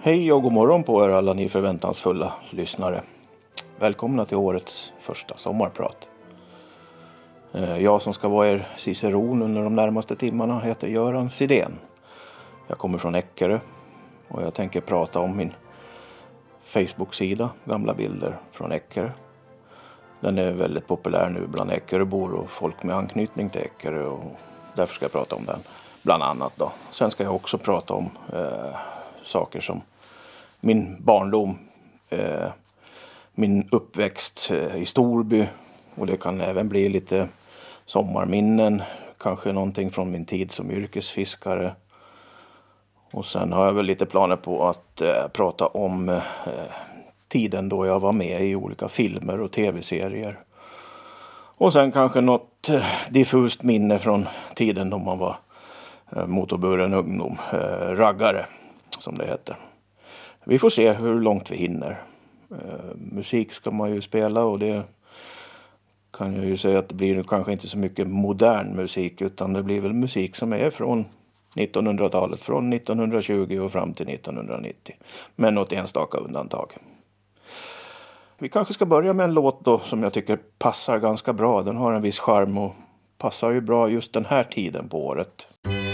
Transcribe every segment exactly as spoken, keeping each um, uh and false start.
Hej och god morgon på er alla ni förväntansfulla lyssnare. Välkomna till årets första sommarprat. Jag som ska vara er ciceron under de närmaste timmarna heter Göran Sidén. Jag kommer från Eckerö och jag tänker prata om min Facebook-sida, gamla bilder från Eckerö. Den är väldigt populär nu bland Eckeröbor och folk med anknytning till Eckerö, och därför ska jag prata om den bland annat då. Sen ska jag också prata om eh, saker som min barndom, eh, min uppväxt eh, i Storby, och det kan även bli lite sommarminnen, kanske någonting från min tid som yrkesfiskare. Och sen har jag väl lite planer på att eh, prata om eh, tiden då jag var med i olika filmer och tv-serier. Och sen kanske något eh, diffust minne från tiden då man var eh, motorburen ungdom, eh, raggare som det heter. Vi får se hur långt vi hinner. Eh, musik ska man ju spela, och det kan jag ju säga att det blir kanske inte så mycket modern musik, utan det blir väl musik som är från nittonhundratalet, från nittonhundratjugo och fram till nittonhundranittio. Men något enstaka undantag. Vi kanske ska börja med en låt då som jag tycker passar ganska bra. Den har en viss charm och passar ju bra just den här tiden på året.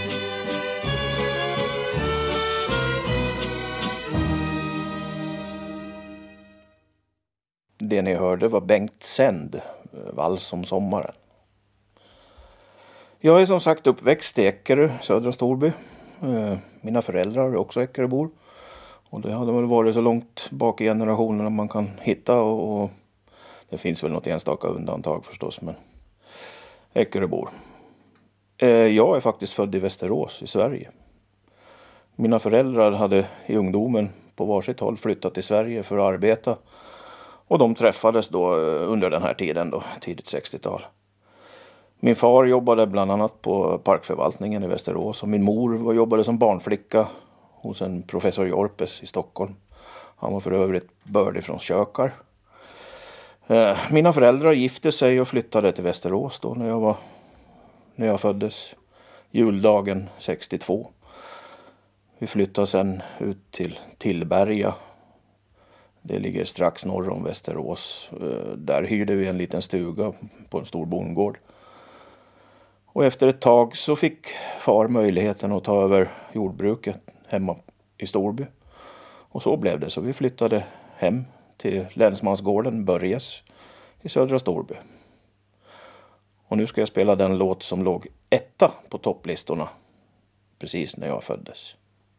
Det ni hörde var Bengt Sänd, Vals om sommaren. Jag är som sagt uppväxt i Eckerö, södra Storby. Mina föräldrar är också Eckeröbor. Och det hade väl varit så långt bak i generationerna man kan hitta. Och, och det finns väl något enstaka undantag förstås, men Eckeröbor. Jag är faktiskt född i Västerås i Sverige. Mina föräldrar hade i ungdomen på varsitt håll flyttat till Sverige för att arbeta. Och de träffades då under den här tiden då, tidigt sextiotal. Min far jobbade bland annat på parkförvaltningen i Västerås, och min mor jobbade som barnflicka hos en professor Jorpes i Stockholm. Han var för övrigt bördig från Kökar. Mina föräldrar gifte sig och flyttade till Västerås då när jag var när jag föddes, juldagen sextiotvå. Vi flyttade sen ut till Tillberga. Det ligger strax norr om Västerås. Där hyrde vi en liten stuga på en stor bondgård. Och efter ett tag så fick far möjligheten att ta över jordbruket hemma i Storby. Och så blev det, så vi flyttade hem till länsmansgården Börjes i södra Storby. Och nu ska jag spela den låt som låg etta på topplistorna precis när jag föddes.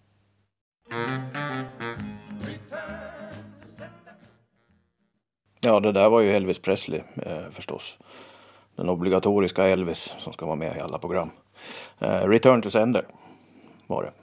Ja, det där var ju Elvis Presley eh, förstås. Den obligatoriska Elvis som ska vara med i alla program. Eh, Return to Sender var det.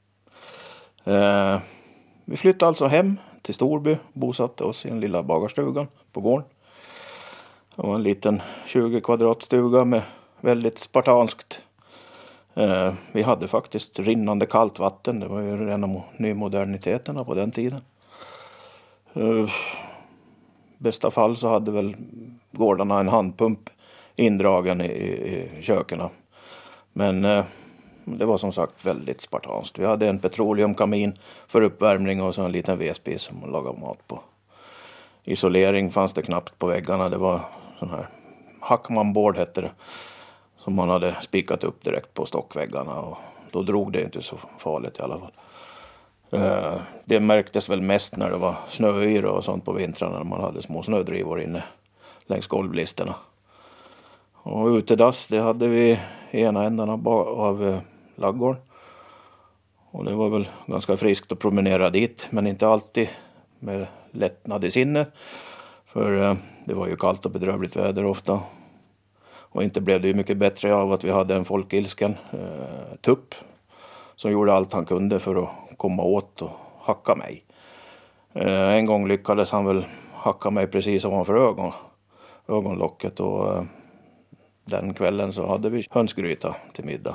Eh, vi flyttade alltså hem till Storby, bosatte oss i en lilla bagarstugan på gården. Det var en liten tjugo kvadratstuga med väldigt spartanskt. Eh, vi hade faktiskt rinnande kallt vatten. Det var ju en av nymoderniteterna på den tiden. Eh, bästa fall så hade väl gårdarna en handpump indragen i, i kökerna. Men eh, det var som sagt väldigt spartanskt. Vi hade en petroleumkamin för uppvärmning och så en liten vedspis som man lagade mat på. Isolering fanns det knappt på väggarna. Det var sån här hackmanbord hette det, som man hade spikat upp direkt på stockväggarna, och då drog det inte så farligt i alla fall. Uh, det märktes väl mest när det var snöyra och sånt på vintrarna, när man hade små snödrivor inne längs golvlisterna. Och utedass, det hade vi i ena änden av, av uh, laggården. Och det var väl ganska friskt att promenera dit, men inte alltid med lättnad i sinne. För uh, det var ju kallt och bedrövligt väder ofta. Och inte blev det ju mycket bättre av att vi hade en folkilsken uh, tupp som gjorde allt han kunde för att komma åt och hacka mig. Eh, en gång lyckades han väl hacka mig precis ovanför ögon, ögonlocket, och eh, den kvällen så hade vi hönsgryta till middag.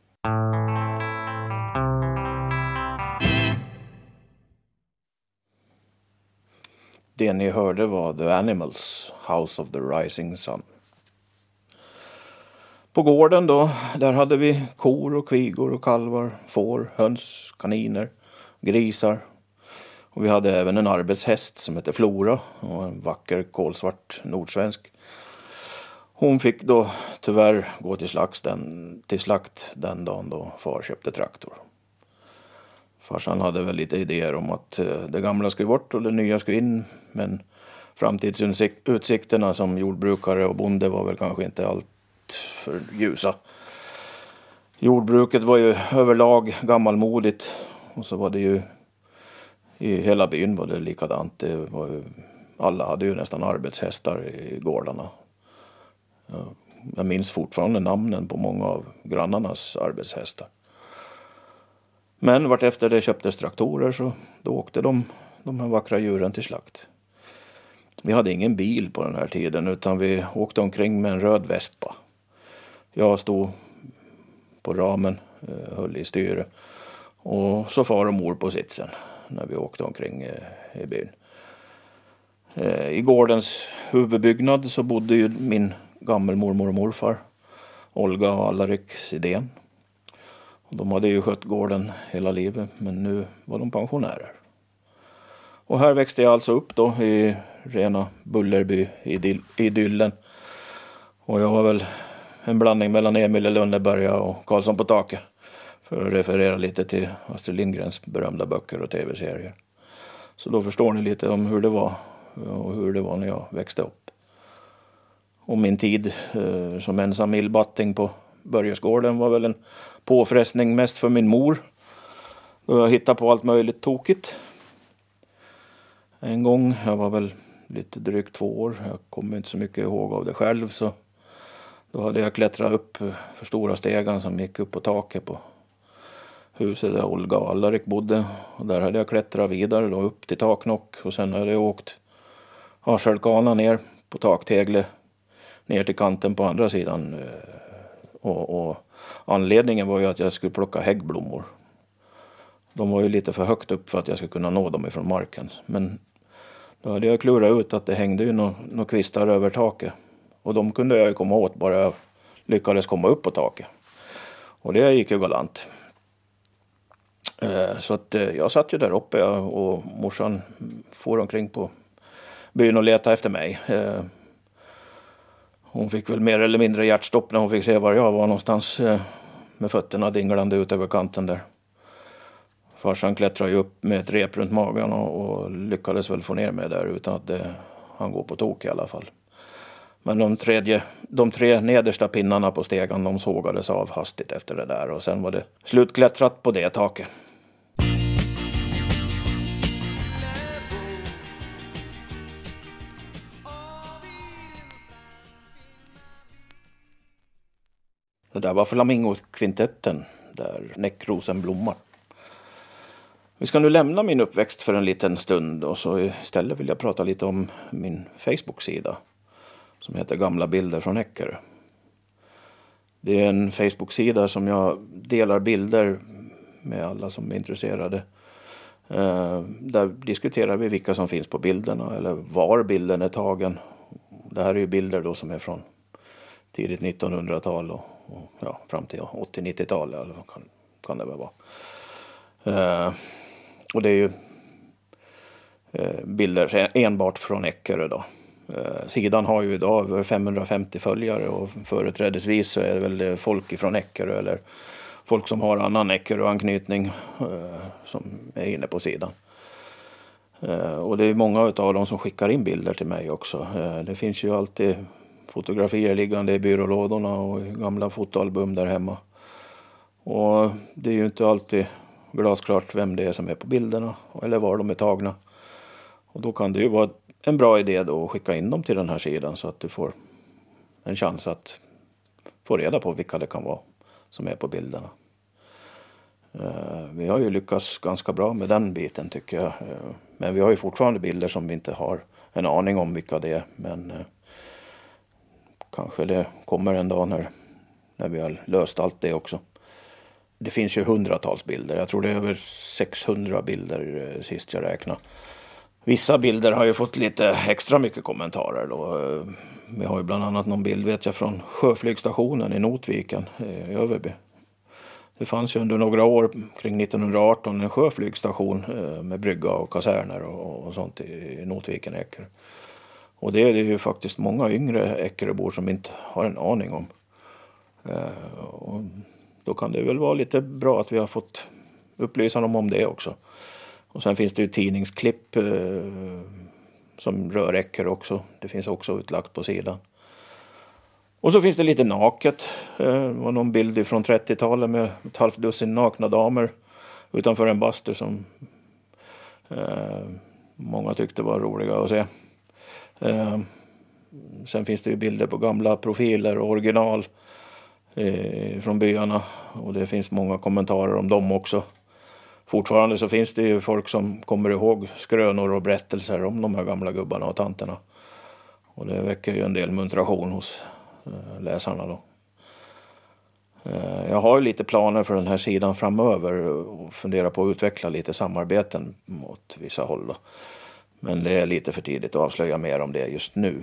Det ni hörde var The Animals, House of the Rising Sun. På gården då, där hade vi kor och kvigor och kalvar, får, höns, kaniner, grisar, Och vi hade även en arbetshäst som hette Flora och en vacker kolsvart nordsvensk. Hon fick då tyvärr gå till slakt den, till slakt den dagen då far köpte traktor. Farsan hade väl lite idéer om att det gamla skulle bort och det nya skulle in. Men framtidsutsikterna som jordbrukare och bonde var väl kanske inte allt för ljusa. Jordbruket var ju överlag gammalmodigt. Och så var det ju i hela byn var det likadant. Det var ju, alla hade ju nästan arbetshästar i gårdarna. Jag minns fortfarande namnen på många av grannarnas arbetshästar. Men vart efter det köptes traktorer så då åkte de, de här vackra djuren till slakt. Vi hade ingen bil på den här tiden utan vi åkte omkring med en röd Vespa. Jag stod på ramen, höll i styre och så far och mor på sitsen när vi åkte omkring i byn. I gårdens huvudbyggnad så bodde ju min gammelmormor och morfar, Olga och Allarik Sidén. Och de hade ju skött gården hela livet, men nu var de pensionärer. Och här växte jag alltså upp då i rena Bullerby-idyllen. Och jag var väl en blandning mellan Emil i Lönneberga och Karlsson på taket. För att referera lite till Astrid Lindgrens berömda böcker och tv-serier. Så då förstår ni lite om hur det var och hur det var när jag växte upp. Och min tid eh, som ensam illbatting på Börjesgården var väl en påfrestning mest för min mor. Då jag hittade på allt möjligt tokigt. En gång, jag var väl lite drygt två år, jag kommer inte så mycket ihåg av det själv, så då hade jag klättrat upp för stora stegan som gick upp på taket på huset där Olga och Allarik bodde. Och där hade jag klättrat vidare då upp till taknock och sen hade jag åkt Arselkana ner på takteglet ner till kanten på andra sidan. Och, och anledningen var ju att jag skulle plocka häggblommor. De var ju lite för högt upp för att jag skulle kunna nå dem ifrån marken. Men då hade jag klurat ut att det hängde ju några nå kvistar över taket. Och de kunde jag ju komma åt bara jag lyckades komma upp på taket. Och det gick ju galant. Så att jag satt ju där uppe och morsan for omkring på byn och letade efter mig. Hon fick väl mer eller mindre hjärtstopp när hon fick se var jag var någonstans med fötterna dinglande ut över kanten där. Farsan klättrade ju upp med ett rep runt magen och, och lyckades väl få ner mig där utan att det, han går på tok i alla fall. Men de, tredje, de tre nedersta pinnarna på stegan de sågades av hastigt efter det där och sen var det slutklättrat på det taket. Det där var Flamingokvintetten där Näckrosen blommar. Vi ska nu lämna min uppväxt för en liten stund och så istället vill jag prata lite om min Facebook-sida som heter Gamla bilder från Eckerö. Det är en Facebook-sida som jag delar bilder med alla som är intresserade. Eh, där diskuterar vi vilka som finns på bilderna eller var bilden är tagen. Det här är ju bilder då som är från tidigt nittonhundratal och, och ja, fram till åttio-nittiotal eller vad kan, kan det väl vara. Eh, och det är ju eh, bilder enbart från Eckerö då. Eh, sidan har ju idag över femhundrafemtio följare och företrädesvis så är det väl folk ifrån Eckerö eller folk som har annan Eckerö-anknytning eh, som är inne på sidan. Eh, och det är många av dem som skickar in bilder till mig också. Eh, det finns ju alltid fotografier liggande i byrålådorna och i gamla fotoalbum där hemma. Och det är ju inte alltid glasklart vem det är som är på bilderna eller var de är tagna. Och då kan det ju vara en bra idé då att skicka in dem till den här sidan så att du får en chans att få reda på vilka det kan vara som är på bilderna. Vi har ju lyckats ganska bra med den biten tycker jag. Men vi har ju fortfarande bilder som vi inte har en aning om vilka det är. Men kanske det kommer en dag när, när vi har löst allt det också. Det finns ju hundratals bilder. Jag tror det är över sexhundra bilder sist jag räknade. Vissa bilder har ju fått lite extra mycket kommentarer då. Vi har ju bland annat någon bild vet jag från sjöflygstationen i Notviken i Överby. Det fanns ju under några år kring nittonhundraarton en sjöflygstation med brygga och kaserner och, och sånt i Notviken, Eckerö. Och det är det ju faktiskt många yngre Eckeröbor som inte har en aning om. Eh, och då kan det väl vara lite bra att vi har fått upplysa dem om det också. Och sen finns det ju tidningsklipp eh, som rör Eckerö också. Det finns också utlagt på sidan. Och så finns det lite naket. Det var någon bild från trettiotalet med ett halvt dussin nakna damer utanför en bastu som eh, många tyckte var roliga att se. Eh, sen finns det ju bilder på gamla profiler och original eh, från byarna. Och det finns många kommentarer om dem också. Fortfarande så finns det ju folk som kommer ihåg skrönor och berättelser om de här gamla gubbarna och tanterna. Och det väcker ju en del muntration hos läsarna då. Jag har ju lite planer för den här sidan framöver och funderar på att utveckla lite samarbeten mot vissa håll då. Men det är lite för tidigt att avslöja mer om det just nu.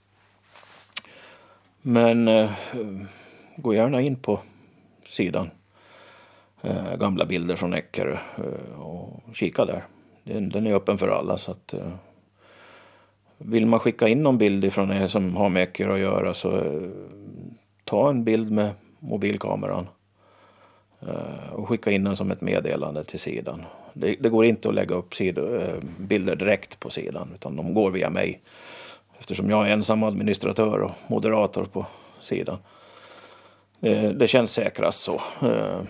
Men eh, gå gärna in på sidan. Eh, gamla bilder från Eckerö eh, och kika där. Den, den är öppen för alla så att eh, vill man skicka in någon bild ifrån er som har med Eckerö att göra så eh, ta en bild med mobilkameran eh, och skicka in den som ett meddelande till sidan. Det, det går inte att lägga upp sidor, eh, bilder direkt på sidan utan de går via mig eftersom jag är ensam administratör och moderator på sidan. Eh, det känns säkrast så. Eh,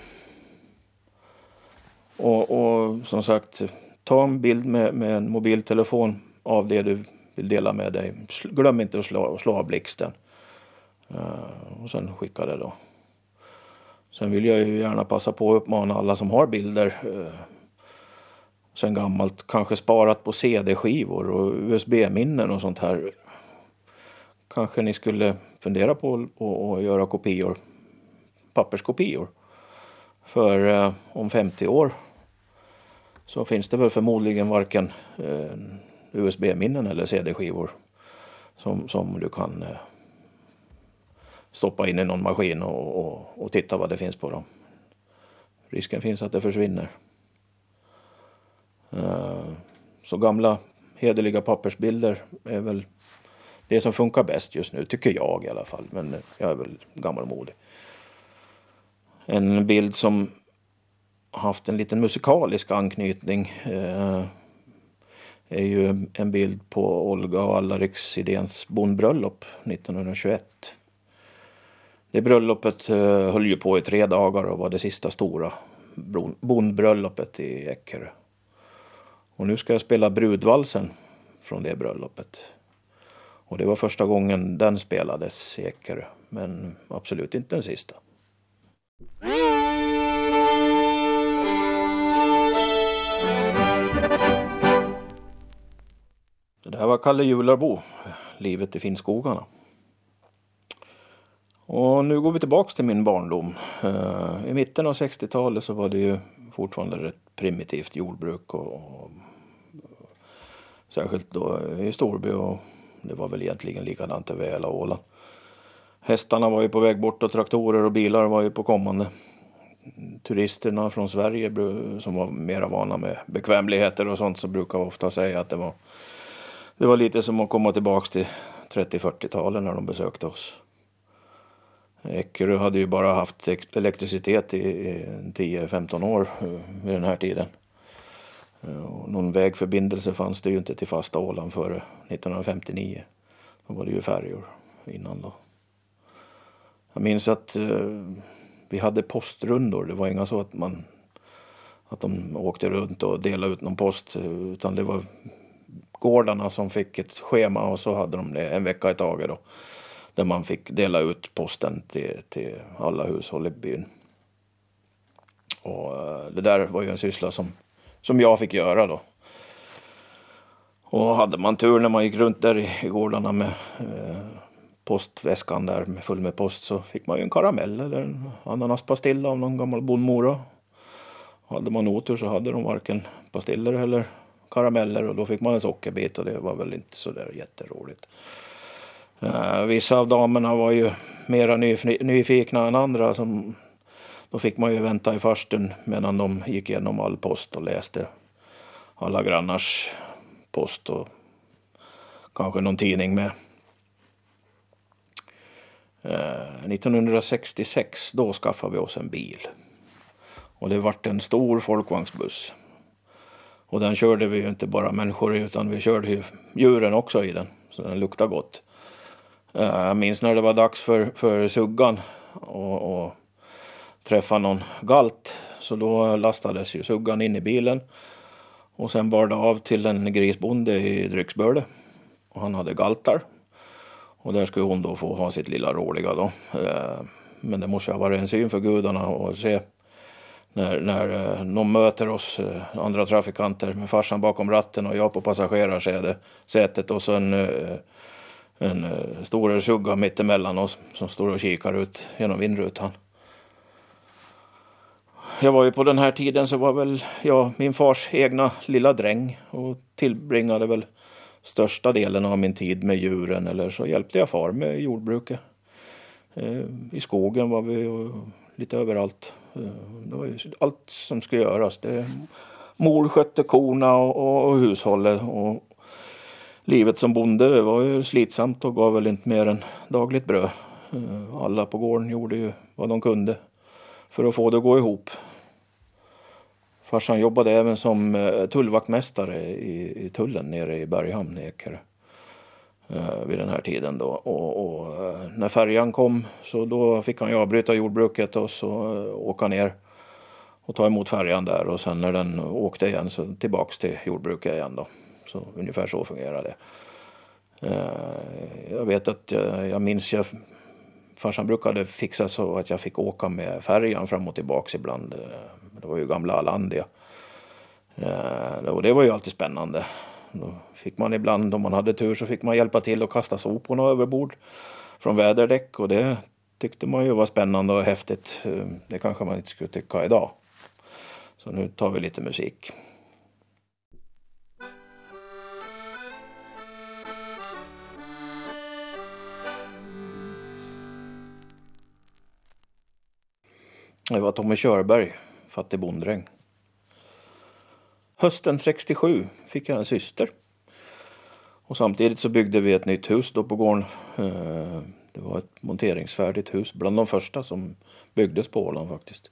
och, och som sagt, ta en bild med, med en mobiltelefon av det du vill dela med dig. Glöm inte att slå, slå av blixten. Uh, och sen skicka det då. Sen vill jag ju gärna passa på att uppmana alla som har bilder uh, sen gammalt, kanske sparat på C D-skivor och U S B-minnen och sånt här. Kanske ni skulle fundera på att göra kopior, papperskopior. För uh, om femtio år så finns det väl förmodligen varken uh, U S B-minnen eller C D-skivor som, som du kan uh, stoppa in i någon maskin och, och, och titta vad det finns på dem. Risken finns att det försvinner. Uh, så gamla hederliga pappersbilder är väl det som funkar bäst just nu, tycker jag i alla fall. Men jag är väl gammalmodig. En bild som haft en liten musikalisk anknytning uh, är ju en bild på Olga och Alla-Riks Sidéns bondbröllop nittonhundratjugoett. Det bröllopet uh, höll ju på i tre dagar och var det sista stora bondbröllopet i Eckerö. Och nu ska jag spela brudvalsen från det bröllopet. Och det var första gången den spelades i Eckerö, men absolut inte den sista. Det här var Kalle Jularbo, Livet i Finnskogarna. Och nu går vi tillbaka till min barndom. I mitten av sextiotalet så var det ju fortfarande rätt primitivt jordbruk. Och, och, särskilt då i Storby, och det var väl egentligen likadant över hela Åland. Hästarna var ju på väg bort och traktorer och bilar var ju på kommande. Turisterna från Sverige som var mera vana med bekvämligheter och sånt så brukar ofta säga att det var, det var lite som att komma tillbaka till trettio-fyrtiotalet när de besökte oss. Eckerö hade ju bara haft elektricitet i tio femton år vid den här tiden. Och någon vägförbindelse fanns det ju inte till fasta Åland före nittonhundrafemtionio. Då var det ju färjor innan då. Jag minns att eh, vi hade postrundor. Det var inga så att man att de åkte runt och delade ut någon post, utan det var gårdarna som fick ett schema och så hade de det en vecka i taget då. Där man fick dela ut posten till, till alla hushåll i byn. Och det där var ju en syssla som, som jag fick göra då. Och hade man tur när man gick runt där i, i gårdarna med eh, postväskan där med full med post, så fick man ju en karamell eller en ananaspastilla av någon gammal bondmora. Hade man otur så hade de varken pastiller eller karameller, och då fick man en sockerbit, och det var väl inte så där jätteroligt. Uh, vissa av damerna var ju mera nyf- nyfikna än andra. Som, Då fick man ju vänta i farstun medan de gick igenom all post och läste alla grannars post och kanske någon tidning med. Eh, nittonhundrasextiosex då skaffade vi oss en bil. Och det vart en stor folkvagnsbuss. Och den körde vi ju inte bara människor i, utan vi körde ju djuren också i den. Så den luktade gott. Eh, jag minns när det var dags för, för suggan och, och träffa någon galt. Så då lastades ju suggan in i bilen. Och sen bar det av till en grisbonde i Drycksbörde. Och han hade galtar. Och där skulle hon då få ha sitt lilla roliga då. Eh, men det måste ha varit en syn för gudarna och se när, när eh, någon möter oss eh, andra trafikanter med farsan bakom ratten och jag på passagerarsätet och så en, eh, en eh, stor sugga mitt emellan oss som står och kikar ut genom vindrutan. Jag var ju på den här tiden så var väl jag min fars egna lilla dräng och tillbringade väl största delen av min tid med djuren, eller så hjälpte jag far med jordbruket. Eh, I skogen var vi och lite överallt. Eh, det var ju allt som skulle göras. Det, mor skötte korna och, och, och hushållet och livet som bonde, det var ju slitsamt och gav väl inte mer än dagligt bröd. Eh, alla på gården gjorde ju vad de kunde för att få det att gå ihop. Farsan jobbade även som eh, tullvaktmästare i, i tullen nere i Berghamn i Ekerö eh, vid den här tiden då. Och, och eh, när färjan kom så då fick han ju avbryta jordbruket och så eh, åka ner och ta emot färjan där. Och sen när den åkte igen så tillbaks till jordbruket igen då. Så ungefär så fungerade det. Eh, jag vet att jag, jag minns jag farsan brukade fixa så att jag fick åka med färjan fram och tillbaks ibland. Det var ju gamla Alandia. Och det var ju alltid spännande. Då fick man ibland, om man hade tur, så fick man hjälpa till att kasta soporna överbord från väderdäck. Och det tyckte man ju var spännande och häftigt. Det kanske man inte skulle tycka idag. Så nu tar vi lite musik. Det var Tommy Körberg, fattig bonddräng. Hösten sextiosju fick jag en syster. Och samtidigt så byggde vi ett nytt hus då på gården. Det var ett monteringsfärdigt hus, bland de första som byggdes på Åland faktiskt.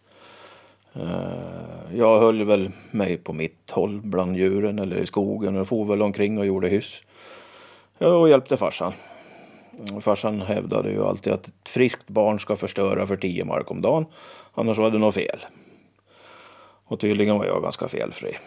Jag höll väl mig på mitt håll bland djuren eller i skogen och for väl omkring och gjorde hyss. Och hjälpte farsan. Farsan hävdade ju alltid att ett friskt barn ska förstöra för tio mark om dagen. Annars var det något fel. Och tydligen var jag ganska felfri.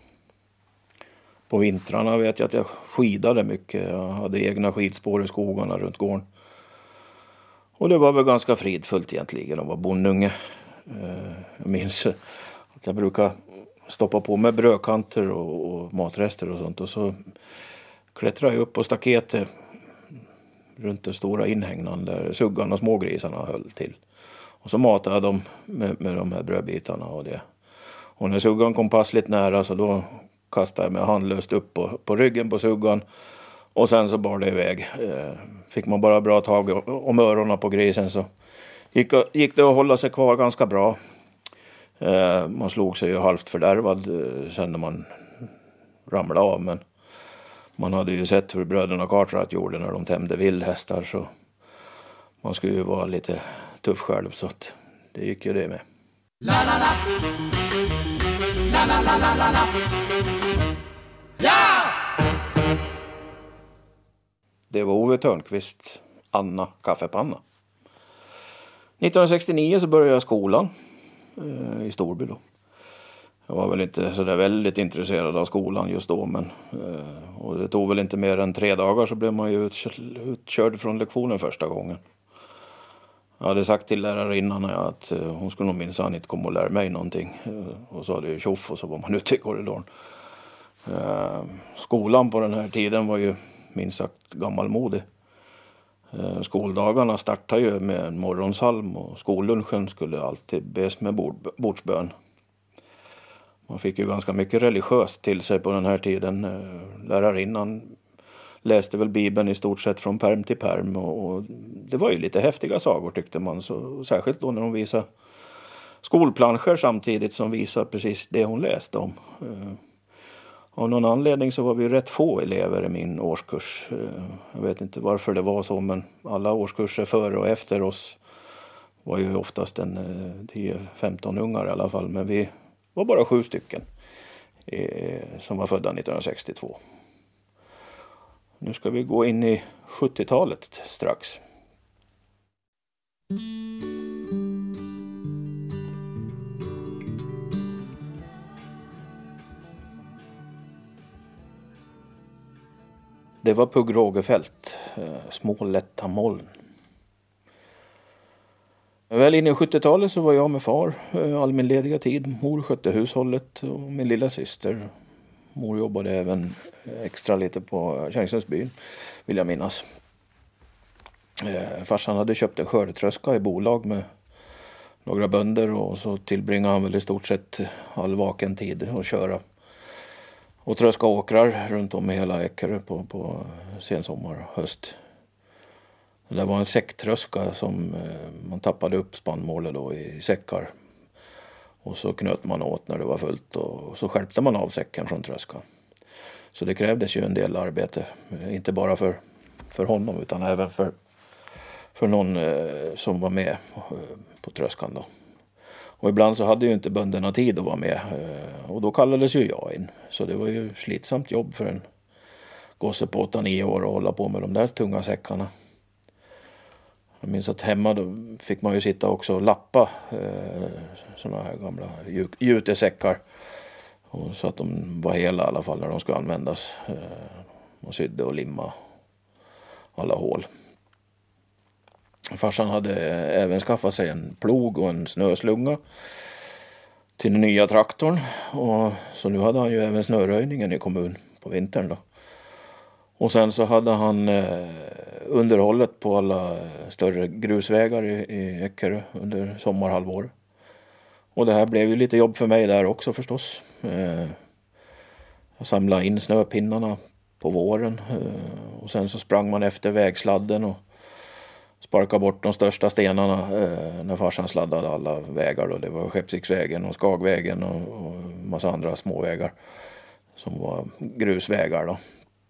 På vintrarna vet jag att jag skidade mycket. Jag hade egna skidspår i skogarna runt gården. Och det var väl ganska fridfullt egentligen att vara bondunge. Jag minns att jag brukar stoppa på med brödkanter och, och matrester och sånt. Och så klättrade jag upp på staketet runt den stora inhägnan där suggan och smågrisarna höll till. Och så matade jag dem med, med de här brödbitarna och det. Och när suggan kom passligt nära så då kastade jag mig handlöst upp på, på ryggen på suggan. Och sen så bar det iväg. Eh, fick man bara bra tag om öronen på grisen så gick, gick det att hålla sig kvar ganska bra. Eh, man slog sig ju halvt fördärvad eh, sen när man ramlade av, men man hade ju sett hur bröderna Cartwright gjorde när de tämde vildhästar, så man skulle ju vara lite tuff själv, så att det gick ju det med. La, la, la. La, la, la, la, la, la. Ja! Det var Ove Törnqvist, Anna kaffepanna. nittonhundrasextionio så började jag skolan eh, i Storby då. Jag var väl inte så där väldigt intresserad av skolan just då, men eh, och det tog väl inte mer än tre dagar så blev man ju utkörd från lektionen första gången. Jag hade sagt till lärarinnan att eh, hon skulle nog minsann inte komma och lära mig någonting. Eh, och så hade ju tjoff och så var man ute i korridoren. Eh, skolan på den här tiden var ju minst sagt gammalmodig. Eh, skoldagarna startade ju med en morgonsalm och skollunchen skulle alltid bes med bord, bordsbön. Man fick ju ganska mycket religiöst till sig på den här tiden. Lärarinnan läste väl Bibeln i stort sett från perm till perm. Och det var ju lite häftiga sagor tyckte man. Så, särskilt då när de visade skolplanscher samtidigt som visar precis det hon läste om. Av någon anledning så var vi rätt få elever i min årskurs. Jag vet inte varför det var så, men alla årskurser före och efter oss var ju oftast en tio femton ungar i alla fall. Men vi var bara sju stycken som var födda nittonhundrasextiotvå. Nu ska vi gå in i sjuttiotalet strax. Det var Pugh Rogefeldt, Små lätta moln. Väl in i sjuttiotalet så var jag med far all min lediga tid. Mor skötte hushållet och min lilla syster. Mor jobbade även extra lite på Kängsundsbyn, vill jag minnas. Farsan hade köpt en skördetröska i bolag med några bönder och så tillbringade han väl i stort sett all vaken tid att köra och tröska åkrar runt om i hela Eckerö på, på sensommar och höst. Det var en säcktröska som man tappade upp spannmålet då i säckar. Och så knöt man åt när det var fullt och så skärpte man av säcken från tröskan. Så det krävdes ju en del arbete. Inte bara för, för honom utan även för, för någon eh, som var med på tröskan då. Och ibland så hade ju inte bönderna tid att vara med. Eh, och då kallades ju jag in. Så det var ju slitsamt jobb för en gosse på åtta nio år att hålla på med de där tunga säckarna. Jag minns att hemma då fick man ju sitta också och lappa eh, sådana här gamla jutesäckar. Och så att de var hela i alla fall när de skulle användas. Eh, och sydde och limma alla hål. Farsan hade även skaffat sig en plog och en snöslunga till den nya traktorn. Och så nu hade han ju även snöröjningen i kommun på vintern då. Och sen så hade han eh, underhållet på alla större grusvägar i, i Eckerö under sommarhalvår. Och det här blev ju lite jobb för mig där också förstås. Eh, jag samlade in snöpinnarna på våren. Eh, och sen så sprang man efter vägsladden och sparkade bort de största stenarna eh, när farsan sladdade alla vägar. Då. Det var Skeppsiksvägen och Skagvägen och, och massa andra småvägar som var grusvägar då.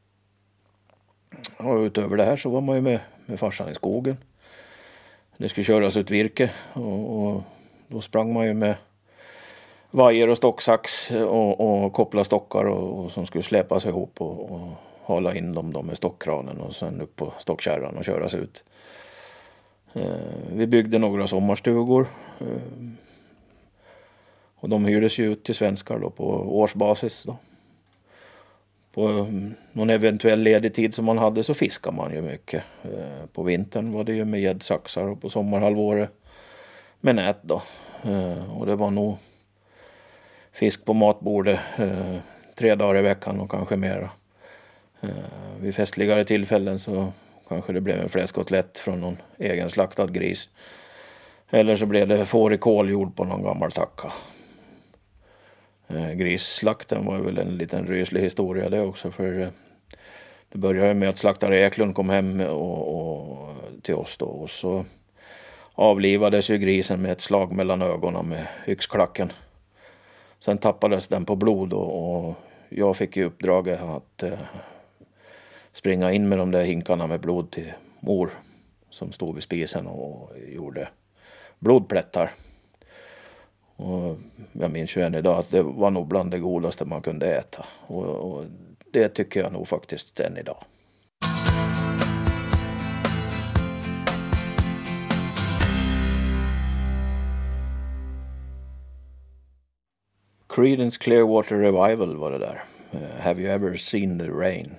Och utöver det här så var man ju med, med farsan i skogen. Det skulle köras ut virke och, och då sprang man ju med vajer och stocksax och, och koppla stockar och, och som skulle släpas ihop och, och hålla in dem då med stockkranen och sen upp på stockkärran och köras ut. Eh, vi byggde några sommarstugor eh, och de hyrdes ju ut till svenskar då på årsbasis då. På någon eventuell ledig tid som man hade så fiskar man ju mycket. Eh, på vintern var det ju med gäddsaxar och på sommarhalvåret med nät då. Eh, och det var nog fisk på matbordet eh, tre dagar i veckan och kanske mer. Eh, vid festligare tillfällen så kanske det blev en fläskkotlett från någon egen slaktad gris. Eller så blev det får i kålgjord på någon gammal tacka. Eh, grisslakten var väl en liten ryslig historia det också. För eh, det började med att slaktare Eklund kom hem och, och, till oss då. Och så avlivades ju grisen med ett slag mellan ögonen med yxklacken. Sen tappades den på blod och, och jag fick ju uppdraget att eh, springa in med de där hinkarna med blod till mor som stod vid spisen och gjorde blodplättar. Och jag minns ju än idag att det var nog bland det godaste man kunde äta. Och, och det tycker jag nog faktiskt än idag. Creedence Clearwater Revival var det där. Uh, have you ever seen the rain?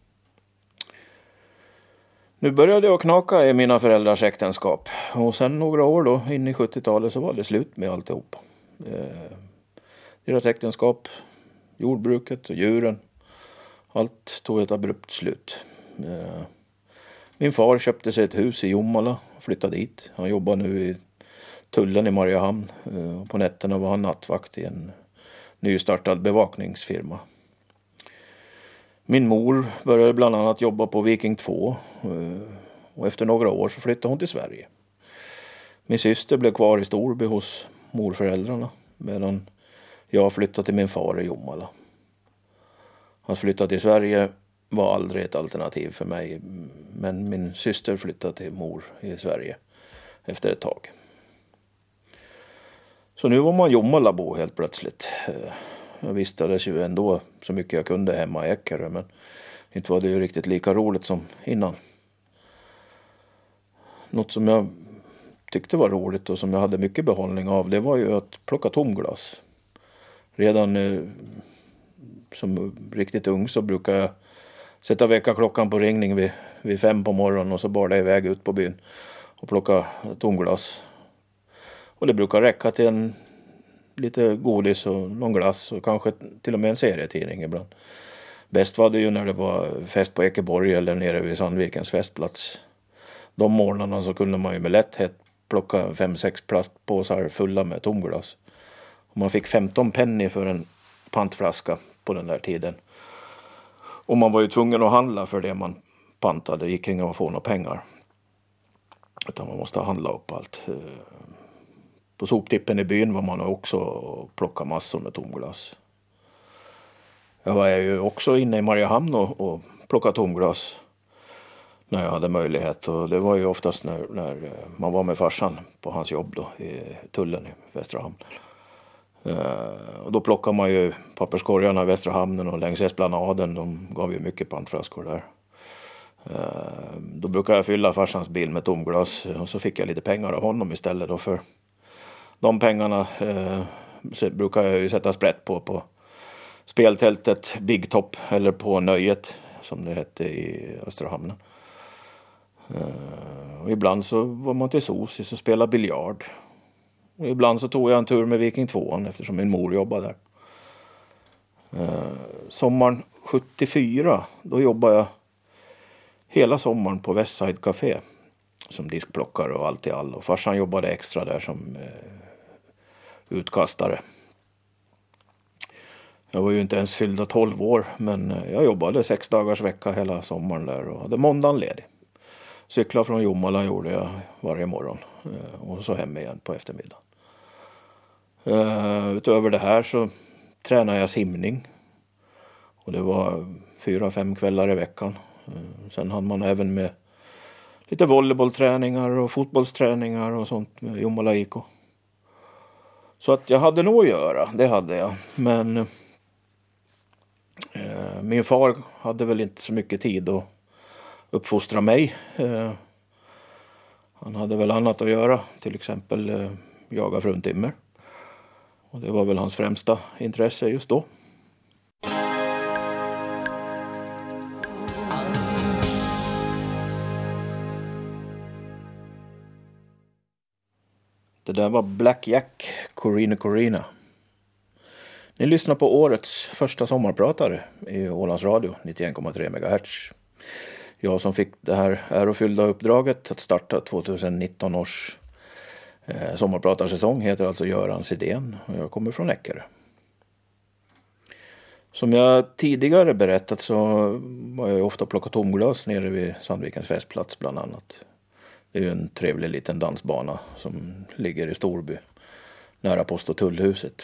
Nu började jag knaka i mina föräldrars äktenskap. Och sen några år då, in i sjuttiotalet, så var det slut med alltihop. Eh, deras äktenskap, jordbruket och djuren. Allt tog ett abrupt slut. Eh, min far köpte sig ett hus i Jomala och flyttade dit. Han jobbar nu i tullen i Mariehamn. Eh, och på nätterna var han nattvakt i en nystartad bevakningsfirma. Min mor började bland annat jobba på Viking två och efter några år så flyttade hon till Sverige. Min syster blev kvar i Storby hos morföräldrarna. Medan jag flyttade till min far i Jomala. Att flytta till Sverige var aldrig ett alternativ för mig. Men min syster flyttade till mor i Sverige efter ett tag. Så nu var man Jomalabo helt plötsligt. Jag vistades ju ändå så mycket jag kunde hemma i Eckerö. Men inte var det ju riktigt lika roligt som innan. Något som jag tyckte var roligt och som jag hade mycket behållning av, det var ju att plocka tomglas. Redan eh, som riktigt ung så brukar jag sätta väckarklockan på ringning vid, vid fem på morgonen och så bar det iväg ut på byn och plocka tomglas. Och det brukar räcka till en lite godis och någon glass och kanske till och med en serietidning ibland. Bäst var det ju när det var fest på Ekeborg eller nere vid Sandvikens festplats. De morgnarna så kunde man ju med lätthet plocka fem sex plastpåsar fulla med tomglas. Och man fick femton penny för en pantflaska på den där tiden. Och man var ju tvungen att handla för det man pantade. Det gick inga att få några pengar. Utan man måste handla upp allt. På soptippen i byn var man också och plocka massor med tomglas. Jag var ju också inne i Mariehamn och, och plockade tomglas när jag hade möjlighet. Och det var ju oftast när, när man var med farsan på hans jobb då, i tullen i Västra hamn. Uh, och då plockar man ju papperskorgarna i Västra hamnen och längs Esplanaden. De gav ju mycket pantflaskor där. Uh, då brukar jag fylla farsans bil med tomglas. Och så fick jag lite pengar av honom istället då, för de pengarna uh, så brukar jag ju sätta sprätt på på speltältet Big Top eller på Nöjet som det hette i Östra hamnen. Uh, och ibland så var man till Sosis och spelade biljard. Och ibland så tog jag en tur med Viking två eftersom min mor jobbade där. Uh, sommaren sjuttiofyra då jobbade jag hela sommaren på Westside Café som diskplockare och allt i all. Och farsan jobbade extra där som uh, utkastare. Jag var ju inte ens fyllda tolv år, men jag jobbade sex dagars vecka hela sommaren där och hade måndagen ledig. Cykla från Jomala gjorde jag varje morgon och så hem igen på eftermiddagen. Uh, utöver det här så tränade jag simning. Och det var fyra, fem kvällar i veckan. Uh, sen hann man även med lite volleybollträningar och fotbollsträningar och sånt med Jomala I K. Så att jag hade nog att göra, det hade jag. Men uh, min far hade väl inte så mycket tid att uppfostra mig. Uh, han hade väl annat att göra, till exempel uh, jaga fruntimmer. Och det var väl hans främsta intresse just då. Det där var Black Jack, Corina Corina. Ni lyssnar på årets första sommarpratare i Ålands Radio, nittioen komma tre megahertz. Jag som fick det här ärofyllda uppdraget att starta tjugonitton års eh, sommarpratarsäsong heter alltså Göran Sidén och jag kommer från Eckerö. Som jag tidigare berättat så var jag ofta plockat tomglas nere vid Sandvikens festplats bland annat. Det är ju en trevlig liten dansbana som ligger i Storby, nära post- och tullhuset.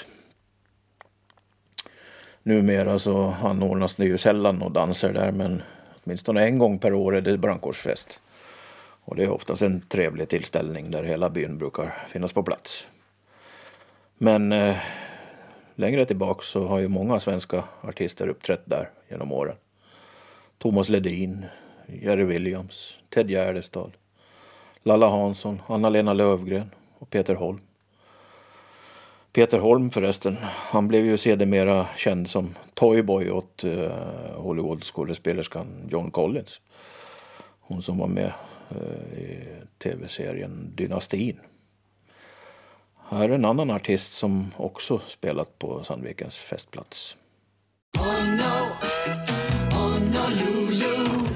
Numera så anordnas det ju sällan och danser där, men åtminstone en gång per år är det brandkårsfest. Och det är oftast en trevlig tillställning där hela byn brukar finnas på plats. Men eh, längre tillbaka så har ju många svenska artister uppträtt där genom åren. Thomas Ledin, Jerry Williams, Ted Gärdestad, Lalla Hansson, Anna-Lena Lövgren och Peter Holm. Peter Holm förresten, han blev ju sedermera känd som Toyboy åt uh, Hollywood-skådespelerskan John Collins. Hon som var med uh, i tv-serien Dynastin. Här är en annan artist som också spelat på Sandvikens festplats. Oh no, oh no Lulu.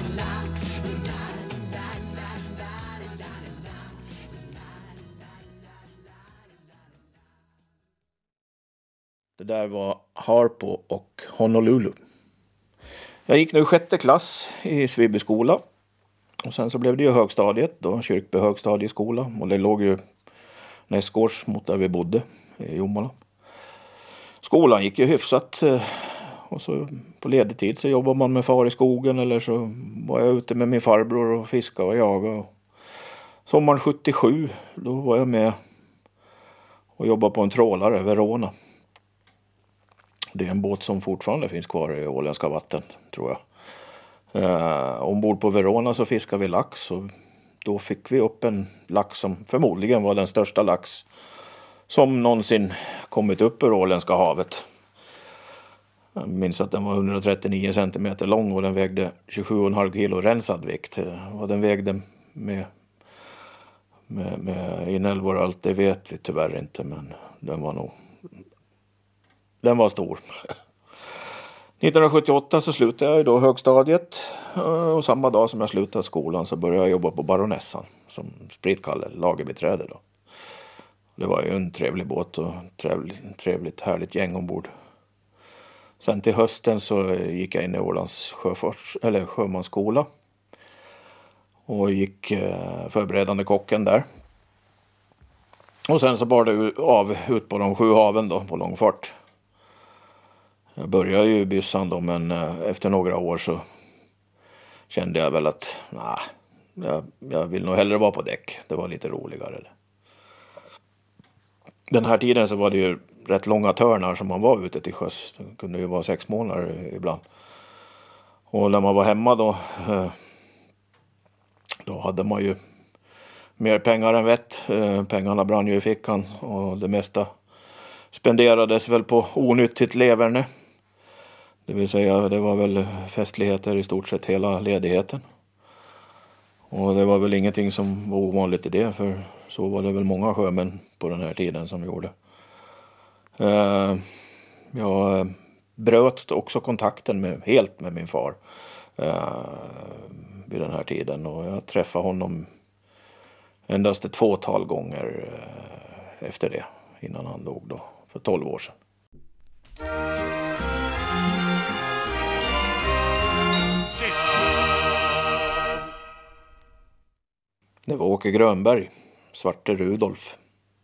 Det där var Harpo och Honolulu. Jag gick nu i sjätte klass i Sviby skola. Och sen så blev det ju högstadiet då, Kyrkby högstadieskola. Och det låg ju nästgårds mot där vi bodde. i Jomala. Skolan gick ju hyfsat. Och så på ledig tid så jobbar man med far i skogen. Eller så var jag ute med min farbror och fiskade och jagade. Sommaren sjuttiosju då var jag med och jobbade på en trålare, Verona. Det är en båt som fortfarande finns kvar i åländska vatten, tror jag. Eh, ombord på Verona så fiskade vi lax. Och då fick vi upp en lax som förmodligen var den största lax som någonsin kommit upp ur åländska havet. Jag minns att den var hundratrettionio centimeter lång och den vägde tjugosju komma fem kilo rensad vikt. Vad den vägde med, med, med inälvor och allt, det vet vi tyvärr inte, men den var nog den var stor. nittonhundrasjuttioåtta så slutade jag då högstadiet och samma dag som jag slutade skolan så började jag jobba på Baronessan som spritkalle, lagerbiträde då. Det var ju en trevlig båt och trevligt, trevligt härligt gäng ombord. Sen till hösten så gick jag in i Ålands sjöfarts, eller sjömansskola och gick förberedande kocken där. Och sen så bar det av ut på de sju haven då på långfart. Jag började ju i byssan då, men efter några år så kände jag väl att nej, jag, jag vill nog hellre vara på däck. Det var lite roligare. Den här tiden så var det ju rätt långa törnar som man var ute till sjöss. Det kunde ju vara sex månader ibland. Och när man var hemma då, då hade man ju mer pengar än vett. Pengarna brann ju i fickan och det mesta spenderades väl på onyttigt leverne. Det vill säga det var väl festligheter i stort sett hela ledigheten. Och det var väl ingenting som var ovanligt i det, för så var det väl många sjömän på den här tiden som gjorde. Uh, jag bröt också kontakten med, helt med min far uh, vid den här tiden. Och jag träffade honom endast ett fåtal gånger uh, efter det, innan han dog då, för tolv år sedan. Det var Åke Grönberg, Svarte Rudolf.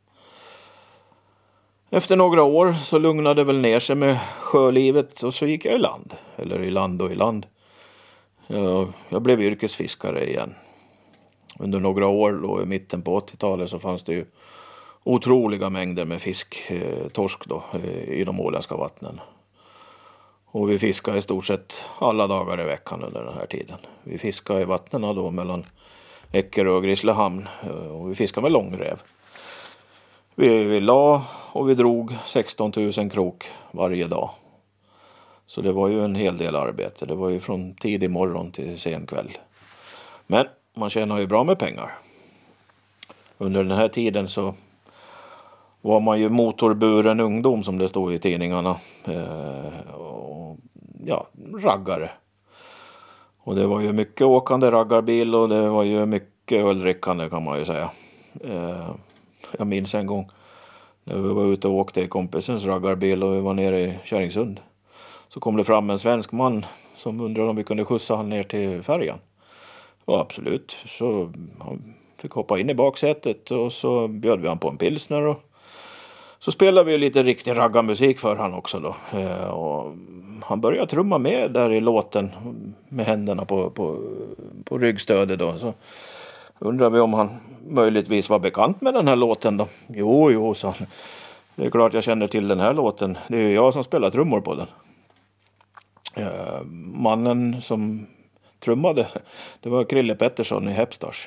Efter några år så lugnade det väl ner sig med sjölivet och så gick jag i land. Eller i land och i land. Jag, jag blev yrkesfiskare igen. Under några år då i mitten på åttiotalet så fanns det ju otroliga mängder med fisk, eh, torsk då, eh, i de åländska vattnen. Och vi fiskade i stort sett alla dagar i veckan under den här tiden. Vi fiskade i vattnen då mellan Eckerö och Grisslehamn och vi fiskade med långräv. Vi, vi la och vi drog sexton tusen krok varje dag. Så det var ju en hel del arbete. Det var ju från tidig morgon till sen kväll. Men man tjänar ju bra med pengar. Under den här tiden så var man ju motorburen ungdom som det stod i tidningarna. Eh, och ja, raggare. Och det var ju mycket åkande raggarbil och det var ju mycket öldrickande kan man ju säga. Eh, jag minns en gång när vi var ute och åkte i kompisens raggarbil och vi var nere i Kärringsund. Så kom det fram en svensk man som undrade om vi kunde skjutsa han ner till färjan. Och absolut, så han fick hoppa in i baksätet och så bjöd vi han på en pilsner och så spelade vi lite riktig raggarmusik för han också då. Eh, och han började trumma med där i låten med händerna på, på, på ryggstödet då. Så undrar vi om han möjligtvis var bekant med den här låten då. Jo, jo, sa han. Det är klart jag känner till den här låten. Det är ju jag som spelar trummor på den. Eh, mannen som trummade, det var Krille Pettersson i Hepstars.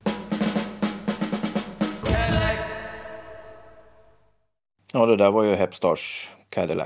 Ja, det där var ju Hepstars Cadillac.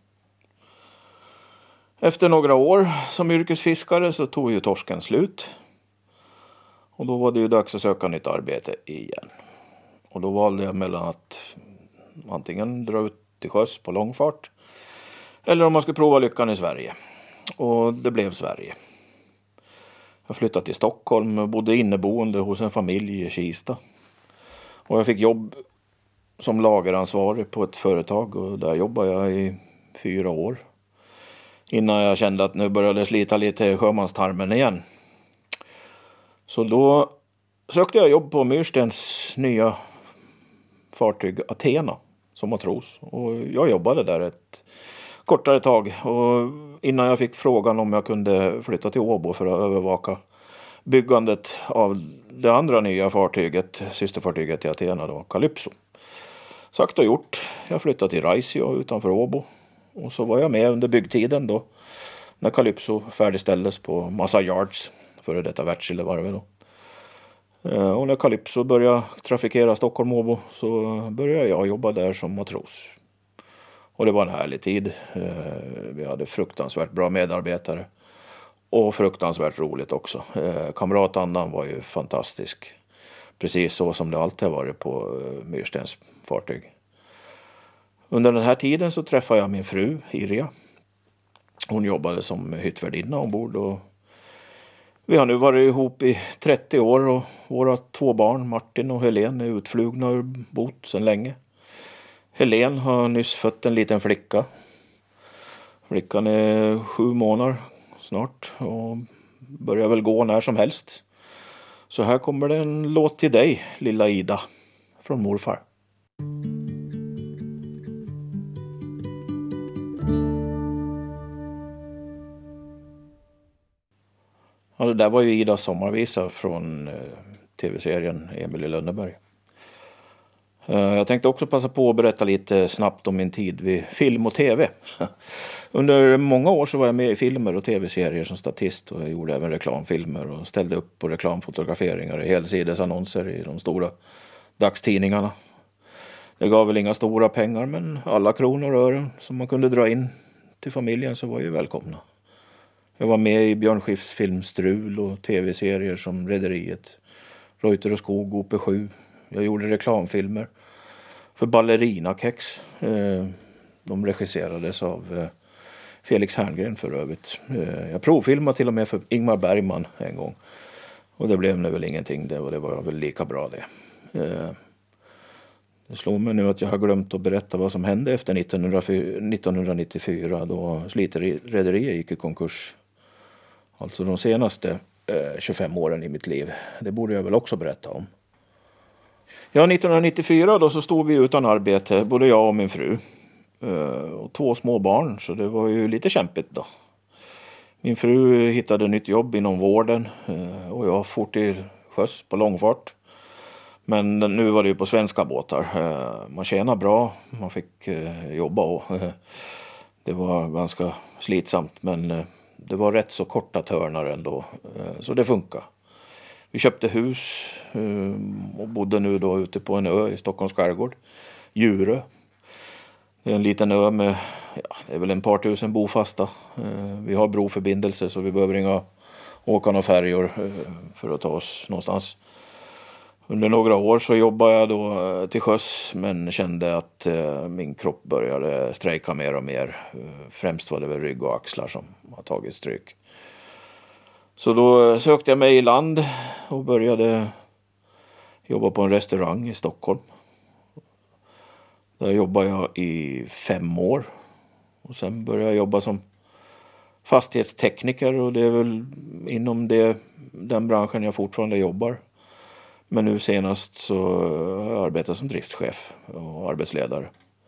Efter några år som yrkesfiskare så tog ju torsken slut. Och då var det ju dags att söka nytt arbete igen. Och då valde jag mellan att antingen dra ut till sjöss på långfart eller om man skulle prova lyckan i Sverige. Och det blev Sverige. Jag flyttade till Stockholm och bodde inneboende hos en familj i Kista. Och jag fick jobb som lageransvarig på ett företag och där jobbade jag i fyra år. Innan jag kände att nu började slita lite sjömanstarmen igen. Så då sökte jag jobb på Myrstens nya fartyg Athena som matros. Och jag jobbade där ett kortare tag. Och innan jag fick frågan om jag kunde flytta till Åbo för att övervaka byggandet av det andra nya fartyget, systerfartyget till Athena då, Calypso. Sagt och gjort. Jag flyttade till Raisio utanför Åbo. Och så var jag med under byggtiden då. När Calypso färdigställdes på Massa Yards. Före detta Wärtsilävarvet då. Och när Calypso började trafikera Stockholm-Åbo så började jag jobba där som matros. Och det var en härlig tid. Vi hade fruktansvärt bra medarbetare. Och fruktansvärt roligt också. Kamratandan var ju fantastisk. Precis så som det alltid har varit på Myrstens fartyg. Under den här tiden så träffade jag min fru Irja. Hon jobbade som hyttvärdinna ombord. Och vi har nu varit ihop i trettio år och våra två barn Martin och Helen är utflugna ur bot sedan länge. Helen har nyss fött en liten flicka. Flickan är sju månader snart och börjar väl gå när som helst. Så här kommer det en låt till dig, lilla Ida, från morfar. Ja, det där var ju Idas sommarvisa från eh, tv-serien Emil i Lönneberg. Eh, jag tänkte också passa på att berätta lite snabbt om min tid vid film och tv. Under många år så var jag med i filmer och tv-serier som statist och jag gjorde även reklamfilmer och ställde upp på reklamfotograferingar i helsidesannonser i de stora dagstidningarna. Det gav väl inga stora pengar men alla kronor och ören som man kunde dra in till familjen så var ju välkomna. Jag var med i Björn Skifs filmstrul och tv-serier som Rederiet, Reuter och Skog, O P sju. Jag gjorde reklamfilmer för Ballerina-kex. De regisserades av Felix Herngren för övrigt. Jag provfilmade till och med för Ingmar Bergman en gång. Och det blev nu väl ingenting, det, och det var väl lika bra det. Det slår mig nu att jag har glömt att berätta vad som hände efter nittonhundranittiofyra då Slite-rederiet gick i konkurs. Alltså de senaste eh, tjugofem åren i mitt liv. Det borde jag väl också berätta om. Ja, nittonhundranittiofyra då så stod vi utan arbete, både jag och min fru. Eh, och två små barn, så det var ju lite kämpigt då. Min fru hittade nytt jobb inom vården eh, och jag for till sjöss på långfart. Men nu var det ju på svenska båtar. Eh, man tjänar bra, man fick eh, jobba och eh, det var ganska slitsamt men eh, det var rätt så korta törnar ändå, så det funkar. Vi köpte hus och bodde nu då ute på en ö i Stockholms skärgård, Djurö. Det är en liten ö med, ja, det är väl en par tusen bofasta. Vi har broförbindelse så vi behöver inga åka och färjor för att ta oss någonstans. Under några år så jobbade jag då till sjöss men kände att eh, min kropp började strejka mer och mer. Främst var det väl rygg och axlar som har tagit stryk. Så då sökte jag mig i land och började jobba på en restaurang i Stockholm. Där jobbade jag i fem år. Och sen började jag jobba som fastighetstekniker och det är väl inom det, den branschen jag fortfarande jobbar. Men nu senast så arbetar jag som driftschef och arbetsledare.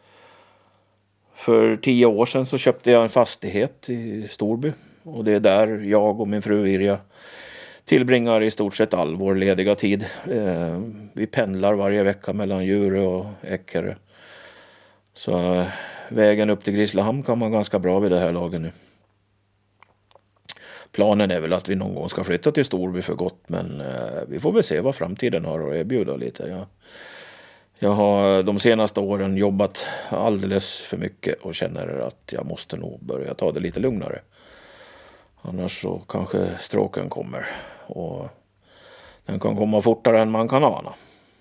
För tio år sedan så köpte jag en fastighet i Storby. Och det är där jag och min fru Irja tillbringar i stort sett all vår lediga tid. Eh, vi pendlar varje vecka mellan Djurö och Eckerö. Så eh, vägen upp till Grisslehamn kan man ganska bra vid det här laget nu. Planen är väl att vi någon gång ska flytta till Storby för gott, men eh, vi får väl se vad framtiden har att erbjuda lite. Ja. Jag har de senaste åren jobbat alldeles för mycket och känner att jag måste nog börja ta det lite lugnare. Annars så kanske stråken kommer och den kan komma fortare än man kan ana.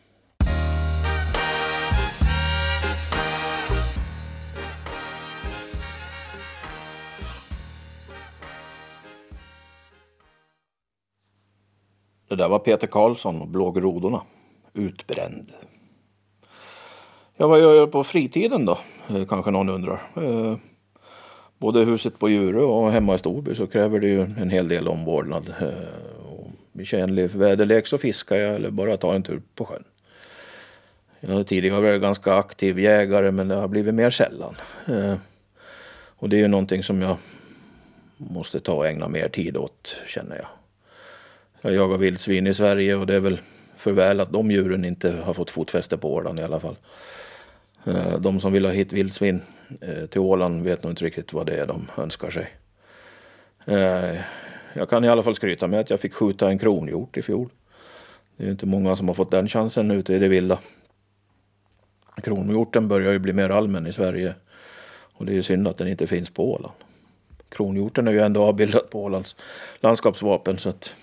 Det där var Peter Karlsson och Blågrodorna. Utbränd. Ja, vad gör jag på fritiden då? Kanske någon undrar. Eh, både huset på Djurö och hemma i Storby så kräver det ju en hel del omvårdnad. Eh, vid tjänlig väderlek så fiskar jag eller bara tar en tur på sjön. Jag har tidigare varit ganska aktiv jägare, men det har blivit mer sällan. Eh, och det är ju någonting som jag måste ta och ägna mer tid åt, känner jag. Jag jagar vildsvin i Sverige och det är väl för väl att de djuren inte har fått fotfäste på Åland i alla fall. Eh, de som vill ha hit vildsvin eh, till Åland vet nog inte riktigt vad det är de önskar sig. Eh, jag kan i alla fall skryta med att jag fick skjuta en kronhjort i fjol. Det är inte många som har fått den chansen ute i det vilda. Kronhjorten börjar ju bli mer allmän i Sverige. Och det är ju synd att den inte finns på Åland. Kronhjorten är ju ändå avbildat på Ålands landskapsvapen. Så att...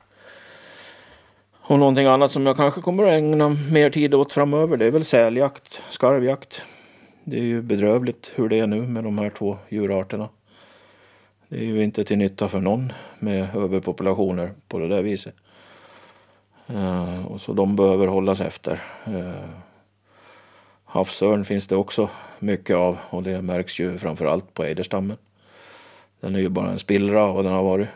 Och någonting annat som jag kanske kommer att ägna mer tid åt framöver, det är väl säljakt, skarvjakt. Det är ju bedrövligt hur det är nu med de här två djurarterna. Det är ju inte till nytta för någon med överpopulationer på det där viset. Uh, och så de behöver hållas efter. Uh, havsörn finns det också mycket av, och det märks ju framförallt på ejderstammen. Den är ju bara en spillra av vad den har varit.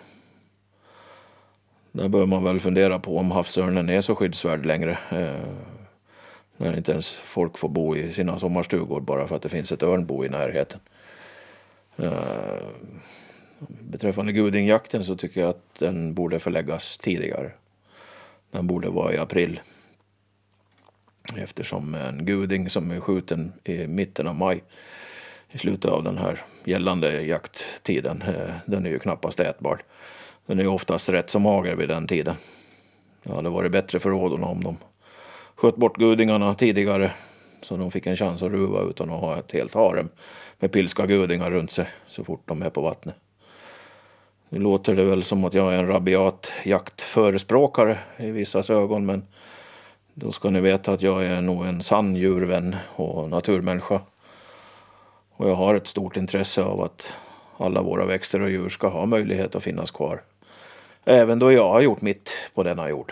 Där bör man väl fundera på om havsörnen är så skyddsvärd längre. Uh, när inte ens folk får bo i sina sommarstugor bara för att det finns ett örnbo i närheten. Uh, beträffande gudingjakten så tycker jag att den borde förläggas tidigare. Den borde vara i april. Eftersom en guding som är skjuten i mitten av maj, i slutet av den här gällande jakttiden, den är ju knappast ätbar. Den är ju oftast rätt som mager vid den tiden. Det hade varit bättre för rådorna om de sköt bort gudingarna tidigare, så de fick en chans att ruva utan att ha ett helt harem med pilska gudingar runt sig så fort de är på vattnet. Nu låter det väl som att jag är en rabiat jaktförespråkare i vissas ögon, men då ska ni veta att jag är nog en sann djurvän och naturmänniska. Och jag har ett stort intresse av att alla våra växter och djur ska ha möjlighet att finnas kvar. Även då jag har gjort mitt på denna jord.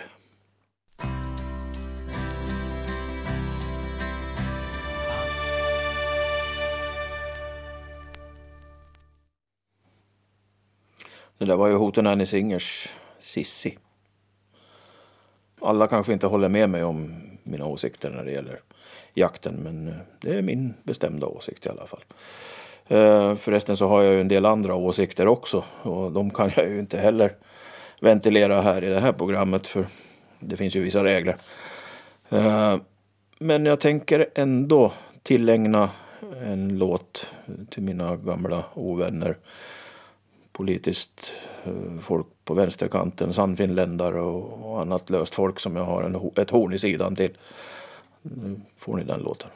Det där var ju Hootenanny Singers Sissi. Alla kanske inte håller med mig om mina åsikter när det gäller jakten, men det är min bestämda åsikt i alla fall. Förresten så har jag ju en del andra åsikter också, och de kan jag ju inte heller ventilera här i det här programmet, för det finns ju vissa regler. Men jag tänker ändå tillägna en låt till mina gamla ovänner, politiskt folk på vänsterkanten, sannfinländare och, och annat löst folk som jag har en, ett horn i sidan till. Nu får ni den låten.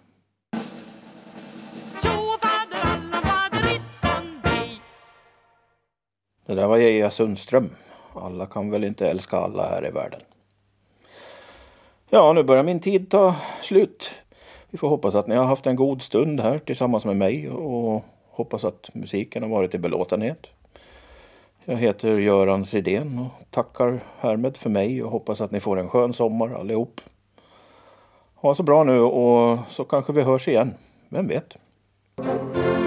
Det där var Geja Sundström. Alla kan väl inte älska alla här i världen. Ja, nu börjar min tid ta slut. Vi får hoppas att ni har haft en god stund här tillsammans med mig, och hoppas att musiken har varit i belåtenhet. Jag heter Göran Sidén och tackar härmed för mig och hoppas att ni får en skön sommar allihop. Ha så bra nu, och så kanske vi hörs igen. Vem vet?